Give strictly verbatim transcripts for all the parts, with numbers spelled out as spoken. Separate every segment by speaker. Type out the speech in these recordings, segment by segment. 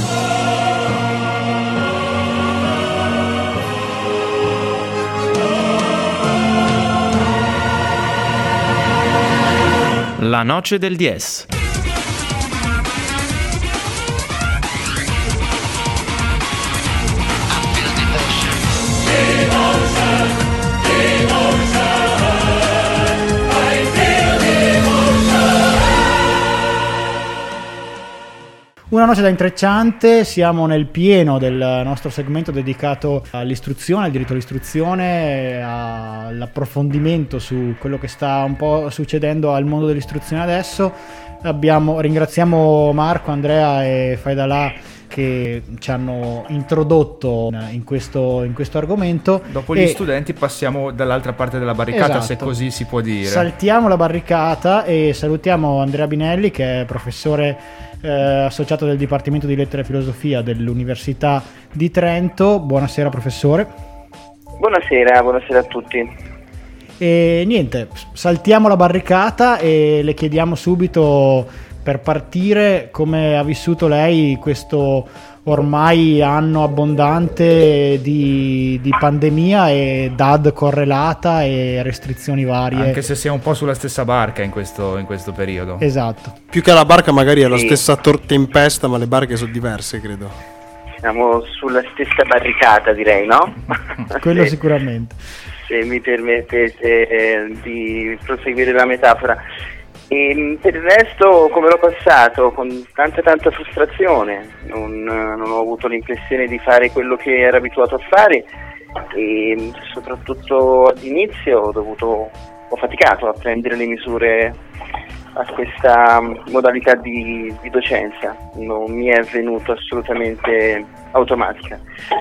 Speaker 1: La noce del diez.
Speaker 2: Una noce da intrecciante, siamo nel pieno del nostro segmento dedicato all'istruzione, al diritto all'istruzione, all'approfondimento su quello che sta un po' succedendo al mondo dell'istruzione adesso. Abbiamo, ringraziamo Marco, Andrea e Faidalà che ci hanno introdotto in questo, in questo argomento.
Speaker 3: Dopo gli
Speaker 2: e
Speaker 3: studenti passiamo dall'altra parte della barricata,
Speaker 2: esatto,
Speaker 3: se così si può dire.
Speaker 2: Saltiamo la barricata e salutiamo Andrea Binelli, che è professore eh, associato del Dipartimento di Lettere e Filosofia dell'Università di Trento. Buonasera professore.
Speaker 4: Buonasera, buonasera a tutti.
Speaker 2: E niente, saltiamo la barricata e le chiediamo subito, per partire, come ha vissuto lei questo ormai anno abbondante di, di pandemia e D A D correlata e restrizioni varie.
Speaker 3: Anche se siamo un po' sulla stessa barca in questo, in questo periodo.
Speaker 2: Esatto.
Speaker 5: Più che la barca magari è la
Speaker 4: Sì.
Speaker 5: stessa tor- tempesta, ma le barche sono diverse, credo.
Speaker 4: Siamo sulla stessa barricata, direi, no?
Speaker 2: Quello
Speaker 4: se,
Speaker 2: sicuramente.
Speaker 4: se mi permettete eh, di proseguire la metafora. E per il resto, come l'ho passato? Con tanta tanta frustrazione, non, non ho avuto l'impressione di fare quello che ero abituato a fare e soprattutto all'inizio ho dovuto, ho faticato a prendere le misure a questa modalità di, di docenza, non mi è venuto assolutamente automatica.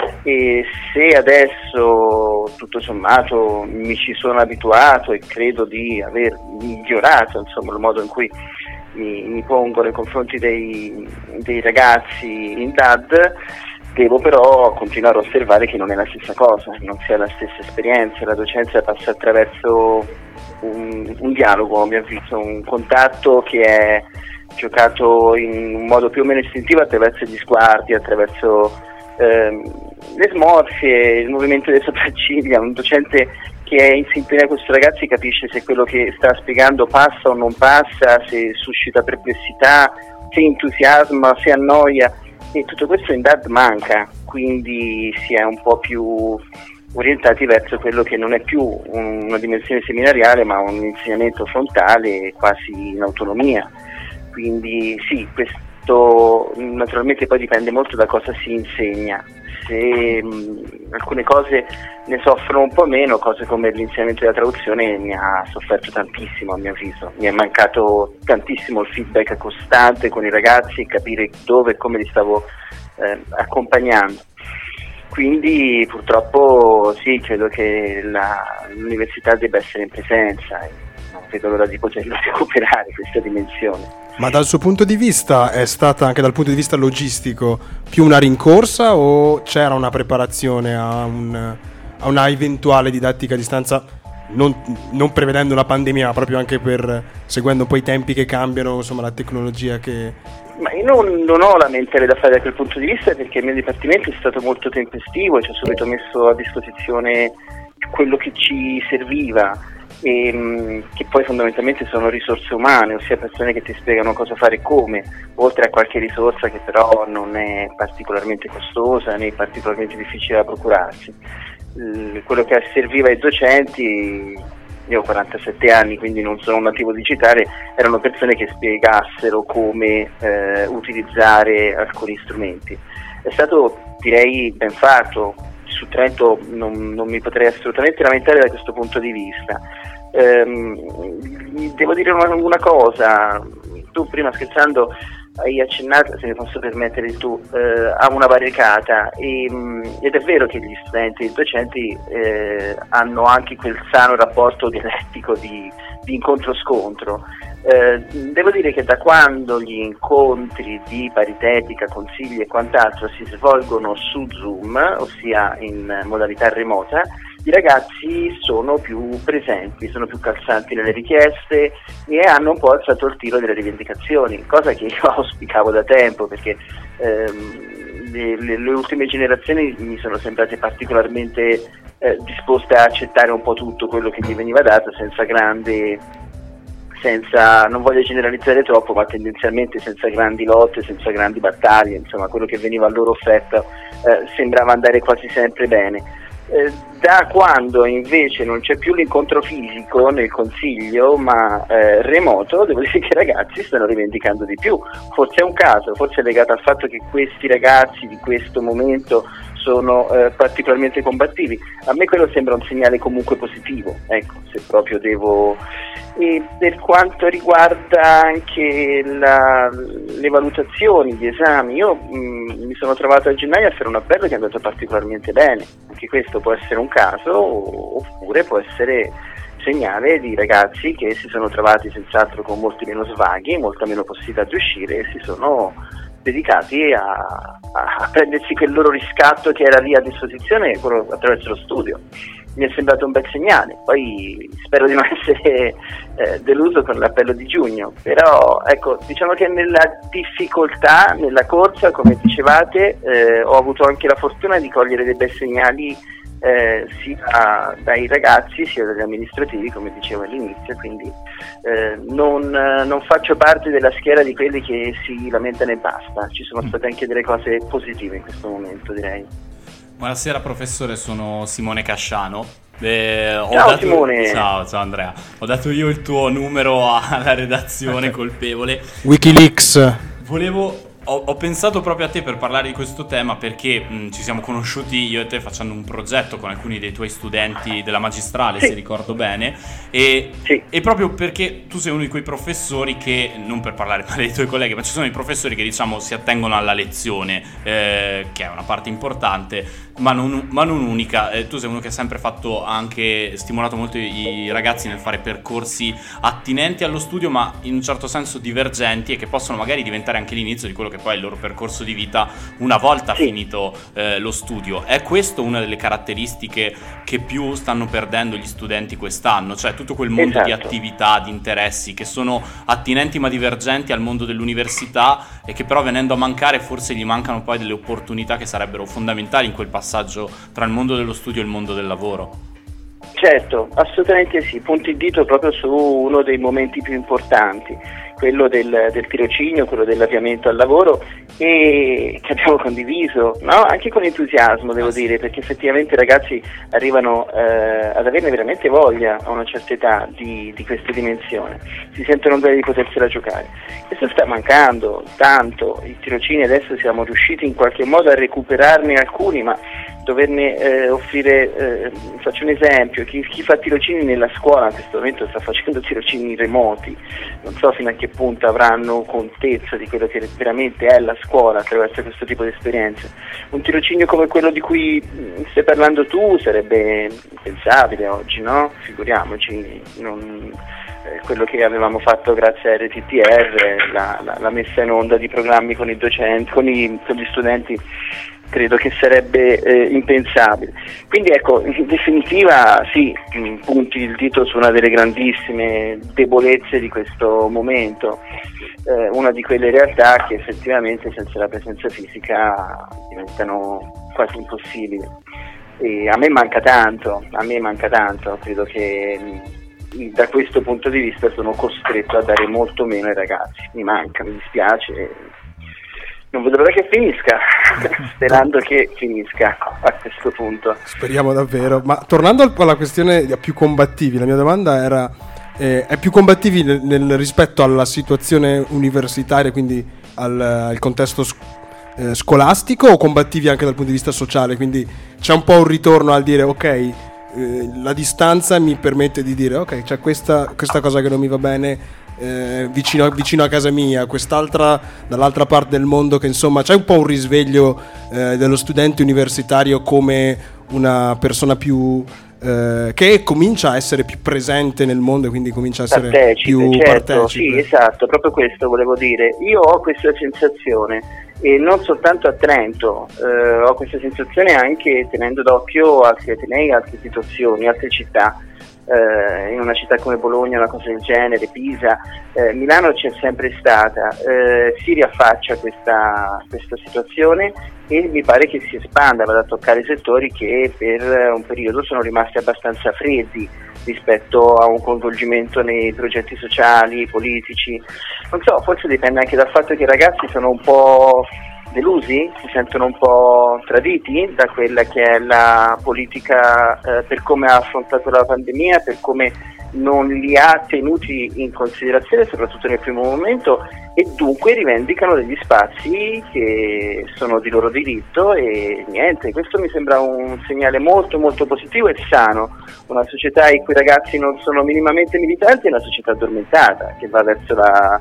Speaker 4: E se adesso tutto sommato mi ci sono abituato e credo di aver migliorato insomma il modo in cui mi, mi pongo nei confronti dei, dei ragazzi in D A D, devo però continuare a osservare che non è la stessa cosa, non si ha la stessa esperienza. La docenza passa attraverso un, un dialogo, a mio avviso, un contatto che è giocato in un modo più o meno istintivo attraverso gli sguardi, attraverso ehm, le smorfie, il movimento delle sopracciglia. Un docente che è in sintonia con questi ragazzi capisce se quello che sta spiegando passa o non passa, se suscita perplessità, se entusiasma, se annoia, e tutto questo in D A D manca, quindi si è un po' più orientati verso quello che non è più una dimensione seminariale ma un insegnamento frontale quasi in autonomia. Quindi sì, questo naturalmente poi dipende molto da cosa si insegna. Se mh, alcune cose ne soffrono un po' meno, cose come l'insegnamento della traduzione ne ha sofferto tantissimo, a mio avviso. Mi è mancato tantissimo il feedback costante con i ragazzi e capire dove e come li stavo eh, accompagnando. Quindi purtroppo sì, credo che la, l'università debba essere in presenza e non vedo l'ora di poterlo recuperare questa dimensione.
Speaker 5: Ma dal suo punto di vista è stata, anche dal punto di vista logistico, più una rincorsa o c'era una preparazione a, un, a una eventuale didattica a distanza, non, non prevedendo la pandemia, ma proprio anche per seguendo un po' i tempi che cambiano, insomma la tecnologia che...
Speaker 4: Ma io non, non ho lamentele da fare da quel punto di vista, perché il mio dipartimento è stato molto tempestivo e ci ha subito messo a disposizione quello che ci serviva, e, mh, che poi fondamentalmente sono risorse umane, ossia persone che ti spiegano cosa fare e come, oltre a qualche risorsa che però non è particolarmente costosa né particolarmente difficile da procurarsi. L- quello che serviva ai docenti, io ho quarantasette anni, quindi non sono un nativo digitale, erano persone che spiegassero come eh, utilizzare alcuni strumenti. È stato, direi, ben fatto. Su Trento non, non mi potrei assolutamente lamentare da questo punto di vista. Ehm, devo dire una, una cosa, tu prima scherzando hai accennato, se mi posso permettere tu, eh, a una barricata e, ed è vero che gli studenti e i docenti eh, hanno anche quel sano rapporto dialettico di, di incontro-scontro. Eh, devo dire che da quando gli incontri di paritetica, consigli e quant'altro si svolgono su Zoom, ossia in modalità remota, i ragazzi sono più presenti, sono più calzanti nelle richieste e hanno un po' alzato il tiro delle rivendicazioni, cosa che io auspicavo da tempo, perché ehm, le, le, le ultime generazioni mi sono sembrate particolarmente eh, disposte a accettare un po' tutto quello che gli veniva dato senza grande, senza, non voglio generalizzare troppo, ma tendenzialmente senza grandi lotte, senza grandi battaglie, insomma quello che veniva a loro offerto eh, sembrava andare quasi sempre bene. Eh, da quando invece non c'è più l'incontro fisico nel consiglio ma eh, remoto, devo dire che i ragazzi stanno rivendicando di più. Forse è un caso, forse è legato al fatto che questi ragazzi di questo momento sono eh, particolarmente combattivi. A me quello sembra un segnale comunque positivo, ecco, se proprio devo. E per quanto riguarda anche la, le valutazioni, gli esami, io mh, mi sono trovato a gennaio a fare un appello che è andato particolarmente bene. Anche questo può essere un caso, oppure può essere segnale di ragazzi che si sono trovati senz'altro con molti meno svaghi, molta meno possibilità di uscire e si sono dedicati a, a prendersi quel loro riscatto che era lì a disposizione attraverso lo studio. Mi è sembrato un bel segnale, poi spero di non essere eh, deluso con l'appello di giugno, però ecco, diciamo che nella difficoltà, nella corsa, come dicevate, eh, ho avuto anche la fortuna di cogliere dei bei segnali eh, sia dai ragazzi sia dagli amministrativi, come dicevo all'inizio, quindi eh, non, non faccio parte della schiera di quelli che si lamentano e basta, ci sono state anche delle cose positive in questo momento, direi.
Speaker 6: Buonasera professore, sono Simone Casciano. Eh, ho
Speaker 4: ciao
Speaker 6: dato...
Speaker 4: Simone.
Speaker 6: Ciao, ciao Andrea. Ho dato io il tuo numero alla redazione colpevole.
Speaker 5: Wikileaks.
Speaker 6: Volevo... Ho, ho pensato proprio a te per parlare di questo tema perché mh, ci siamo conosciuti io e te facendo un progetto con alcuni dei tuoi studenti della magistrale, sì. Se ricordo bene, e,
Speaker 4: sì.
Speaker 6: e proprio perché tu sei uno di quei professori che, non per parlare male dei tuoi colleghi, ma ci sono i professori che diciamo si attengono alla lezione, eh, che è una parte importante, ma non, ma non unica. Eh, tu sei uno che ha sempre fatto anche, stimolato molto i ragazzi nel fare percorsi attinenti allo studio, ma in un certo senso divergenti e che possono magari diventare anche l'inizio di quello che poi è il loro percorso di vita una volta sì. finito eh, lo studio. È questo una delle caratteristiche che più stanno perdendo gli studenti quest'anno, cioè tutto quel mondo esatto. di attività, di interessi che sono attinenti ma divergenti al mondo dell'università e che però venendo a mancare forse gli mancano poi delle opportunità che sarebbero fondamentali in quel passaggio tra il mondo dello studio e il mondo del lavoro.
Speaker 4: Certo, assolutamente sì, punti il dito proprio su uno dei momenti più importanti, quello del, del tirocinio, quello dell'avviamento al lavoro, e che abbiamo condiviso, no? Anche con entusiasmo devo dire, perché effettivamente i ragazzi arrivano eh, ad averne veramente voglia a una certa età di, di questa dimensione, si sentono bene di potersela giocare. Questo sta mancando tanto, i tirocini adesso siamo riusciti in qualche modo a recuperarne alcuni, ma doverne eh, offrire, eh, faccio un esempio, chi, chi fa tirocini nella scuola in questo momento sta facendo tirocini remoti, non so fino a che punto avranno contezza di quello che veramente è la scuola attraverso questo tipo di esperienze. Un tirocinio come quello di cui stai parlando tu sarebbe impensabile oggi, no? Figuriamoci, non, eh, quello che avevamo fatto grazie a R T T R, la, la, la messa in onda di programmi con i docenti, con, i, con gli studenti, credo che sarebbe eh, impensabile. Quindi ecco, in definitiva sì, punti il dito su una delle grandissime debolezze di questo momento, eh, una di quelle realtà che effettivamente senza la presenza fisica diventano quasi impossibili. E a me manca tanto, a me manca tanto, credo che da questo punto di vista sono costretto a dare molto meno ai ragazzi, mi manca, mi dispiace. Non vedo l'ora che finisca, sperando che finisca a questo punto.
Speaker 5: Speriamo davvero. Ma tornando alla questione più combattivi, la mia domanda era: eh, è più combattivi nel, nel rispetto alla situazione universitaria, quindi al, al contesto sc- eh, scolastico, o combattivi anche dal punto di vista sociale? Quindi c'è un po' un ritorno al dire ok, eh, la distanza mi permette di dire ok, c'è questa, questa cosa che non mi va bene. Eh, vicino, vicino a casa mia, quest'altra dall'altra parte del mondo, che insomma c'è un po' un risveglio eh, dello studente universitario come una persona più eh, che comincia a essere più presente nel mondo e quindi comincia a essere
Speaker 4: partecipe,
Speaker 5: più
Speaker 4: certo,
Speaker 5: partecipe.
Speaker 4: Sì, esatto, proprio questo volevo dire. Io ho questa sensazione e non soltanto a Trento, eh, ho questa sensazione anche tenendo d'occhio altri atenei, altre situazioni, altre città. Uh, in una città come Bologna una cosa del genere, Pisa, uh, Milano c'è sempre stata, uh, si riaffaccia questa, questa situazione e mi pare che si espanda, vada a toccare settori che per un periodo sono rimasti abbastanza freddi rispetto a un coinvolgimento nei progetti sociali, politici. Non so, forse dipende anche dal fatto che i ragazzi sono un po' delusi, si sentono un po' traditi da quella che è la politica, eh, per come ha affrontato la pandemia, per come non li ha tenuti in considerazione, soprattutto nel primo momento, e dunque rivendicano degli spazi che sono di loro diritto e niente, questo mi sembra un segnale molto molto positivo e sano. Una società in cui i ragazzi non sono minimamente militanti è una società addormentata che va verso la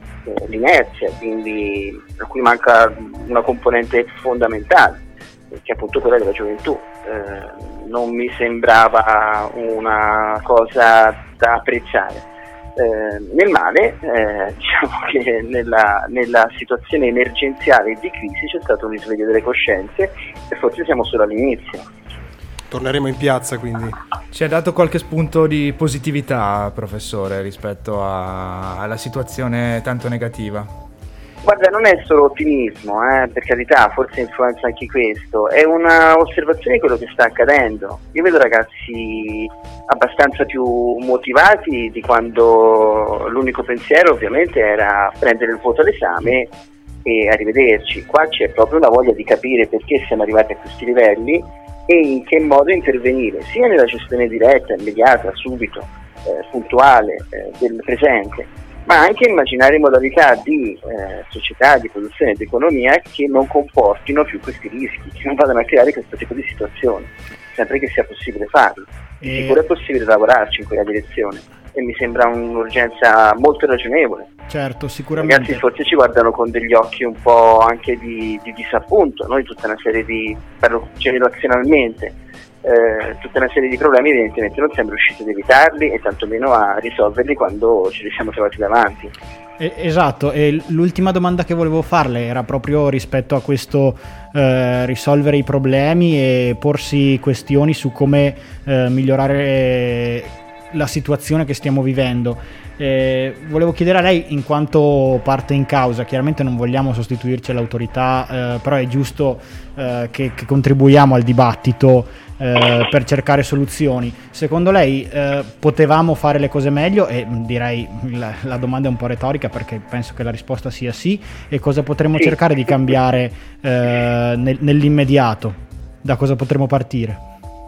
Speaker 4: l'inerzia, quindi a cui manca una componente fondamentale, che è appunto quella della gioventù. Eh, non mi sembrava una cosa da apprezzare. Eh, nel male, eh, diciamo che nella, nella situazione emergenziale e di crisi c'è stato un risveglio delle coscienze e forse siamo solo all'inizio.
Speaker 5: Torneremo in piazza, quindi.
Speaker 3: Ci ha dato qualche spunto di positività, professore, rispetto a, alla situazione tanto negativa?
Speaker 4: Guarda, non è solo ottimismo, eh, per carità, forse influenza anche questo, è una osservazione di quello che sta accadendo. Io vedo ragazzi abbastanza più motivati di quando l'unico pensiero ovviamente era prendere il voto all'esame e arrivederci. Qua c'è proprio una voglia di capire perché siamo arrivati a questi livelli e in che modo intervenire, sia nella gestione diretta, immediata, subito, eh, puntuale eh, del presente, ma anche immaginare modalità di eh, società, di produzione e di economia che non comportino più questi rischi, che non vadano a creare questo tipo di situazioni, sempre che sia possibile farlo. E... sicuro è possibile lavorarci in quella direzione e mi sembra un'urgenza molto ragionevole.
Speaker 2: Certo, sicuramente.
Speaker 4: I ragazzi forse ci guardano con degli occhi un po' anche di, di disappunto, noi tutta una serie di, parlo generazionalmente, eh, tutta una serie di problemi evidentemente non siamo riusciti ad evitarli e tantomeno a risolverli quando ci li siamo trovati davanti.
Speaker 2: Eh, esatto, e l'ultima domanda che volevo farle era proprio rispetto a questo eh, risolvere i problemi e porsi questioni su come eh, migliorare la situazione che stiamo vivendo. Eh, volevo chiedere a lei, in quanto parte in causa, chiaramente non vogliamo sostituirci all'autorità, eh, però è giusto eh, che, che contribuiamo al dibattito eh, per cercare soluzioni. Secondo lei eh, potevamo fare le cose meglio? E direi la, la domanda è un po' retorica perché penso che la risposta sia sì. E cosa potremmo
Speaker 4: sì.
Speaker 2: cercare di cambiare eh, nel, nell'immediato? Da cosa potremmo partire?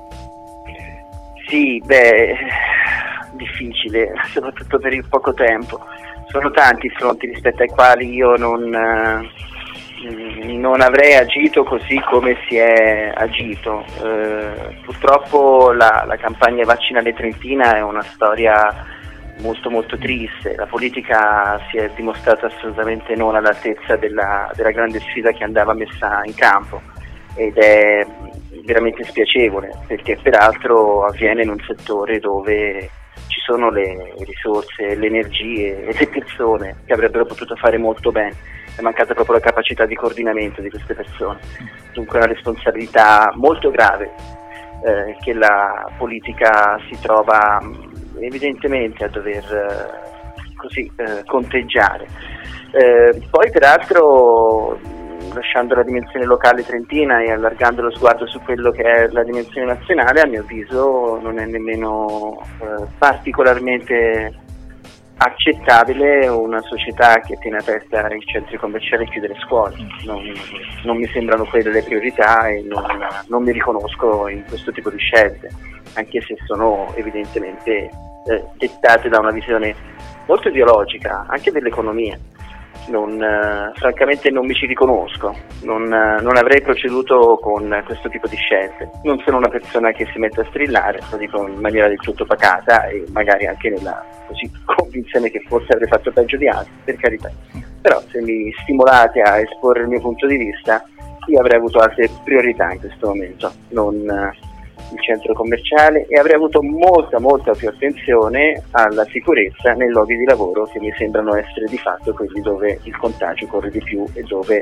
Speaker 4: Sì, beh, difficile, soprattutto per il poco tempo. Sono tanti i fronti rispetto ai quali io non, eh, non avrei agito così come si è agito. Eh, purtroppo la, la campagna vaccinale trentina è una storia molto molto triste. La politica si è dimostrata assolutamente non all'altezza della, della grande sfida che andava messa in campo ed è veramente spiacevole perché peraltro avviene in un settore dove ci sono le risorse, le energie e le persone che avrebbero potuto fare molto bene. È mancata proprio la capacità di coordinamento di queste persone. Dunque è una responsabilità molto grave eh, che la politica si trova evidentemente a dover eh, così eh, conteggiare. Eh, poi peraltro, lasciando la dimensione locale trentina e allargando lo sguardo su quello che è la dimensione nazionale, a mio avviso non è nemmeno eh, particolarmente accettabile una società che tiene aperta i centri commerciali e chiude le scuole. Non, non mi sembrano quelle le priorità e non, non mi riconosco in questo tipo di scelte, anche se sono evidentemente eh, dettate da una visione molto ideologica anche dell'economia. Non, eh, francamente non mi ci riconosco, non, eh, non avrei proceduto con questo tipo di scelte. Non sono una persona che si mette a strillare, lo dico in maniera del tutto pacata e magari anche nella così convinzione che forse avrei fatto peggio di altri, per carità. Però se mi stimolate a esporre il mio punto di vista, io avrei avuto altre priorità in questo momento, non eh, il centro commerciale, e avrei avuto molta molta più attenzione alla sicurezza nei luoghi di lavoro che mi sembrano essere di fatto quelli dove il contagio corre di più e dove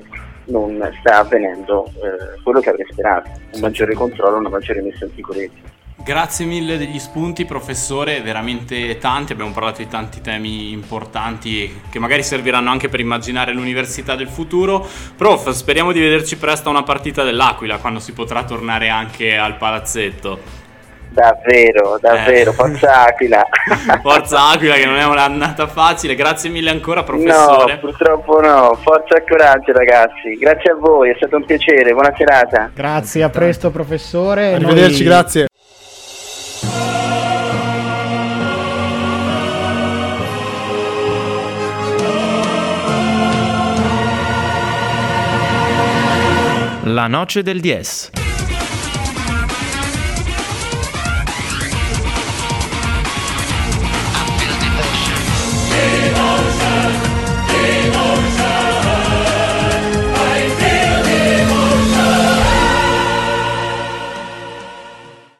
Speaker 4: non sta avvenendo eh, quello che avrei sperato, un maggiore controllo, una maggiore messa in sicurezza.
Speaker 6: Grazie mille degli spunti, professore, veramente tanti, abbiamo parlato di tanti temi importanti che magari serviranno anche per immaginare l'università del futuro. Prof, speriamo di vederci presto a una partita dell'Aquila, quando si potrà tornare anche al palazzetto.
Speaker 4: Davvero, davvero,
Speaker 6: Eh.
Speaker 4: forza Aquila.
Speaker 6: Forza Aquila, che non è un'annata facile. Grazie mille ancora, professore.
Speaker 4: No, purtroppo no, forza e coraggio ragazzi, grazie a voi, è stato un piacere, buona serata.
Speaker 2: Grazie, a presto professore.
Speaker 5: Arrivederci,
Speaker 2: Noi-
Speaker 5: grazie.
Speaker 1: La noce del diez.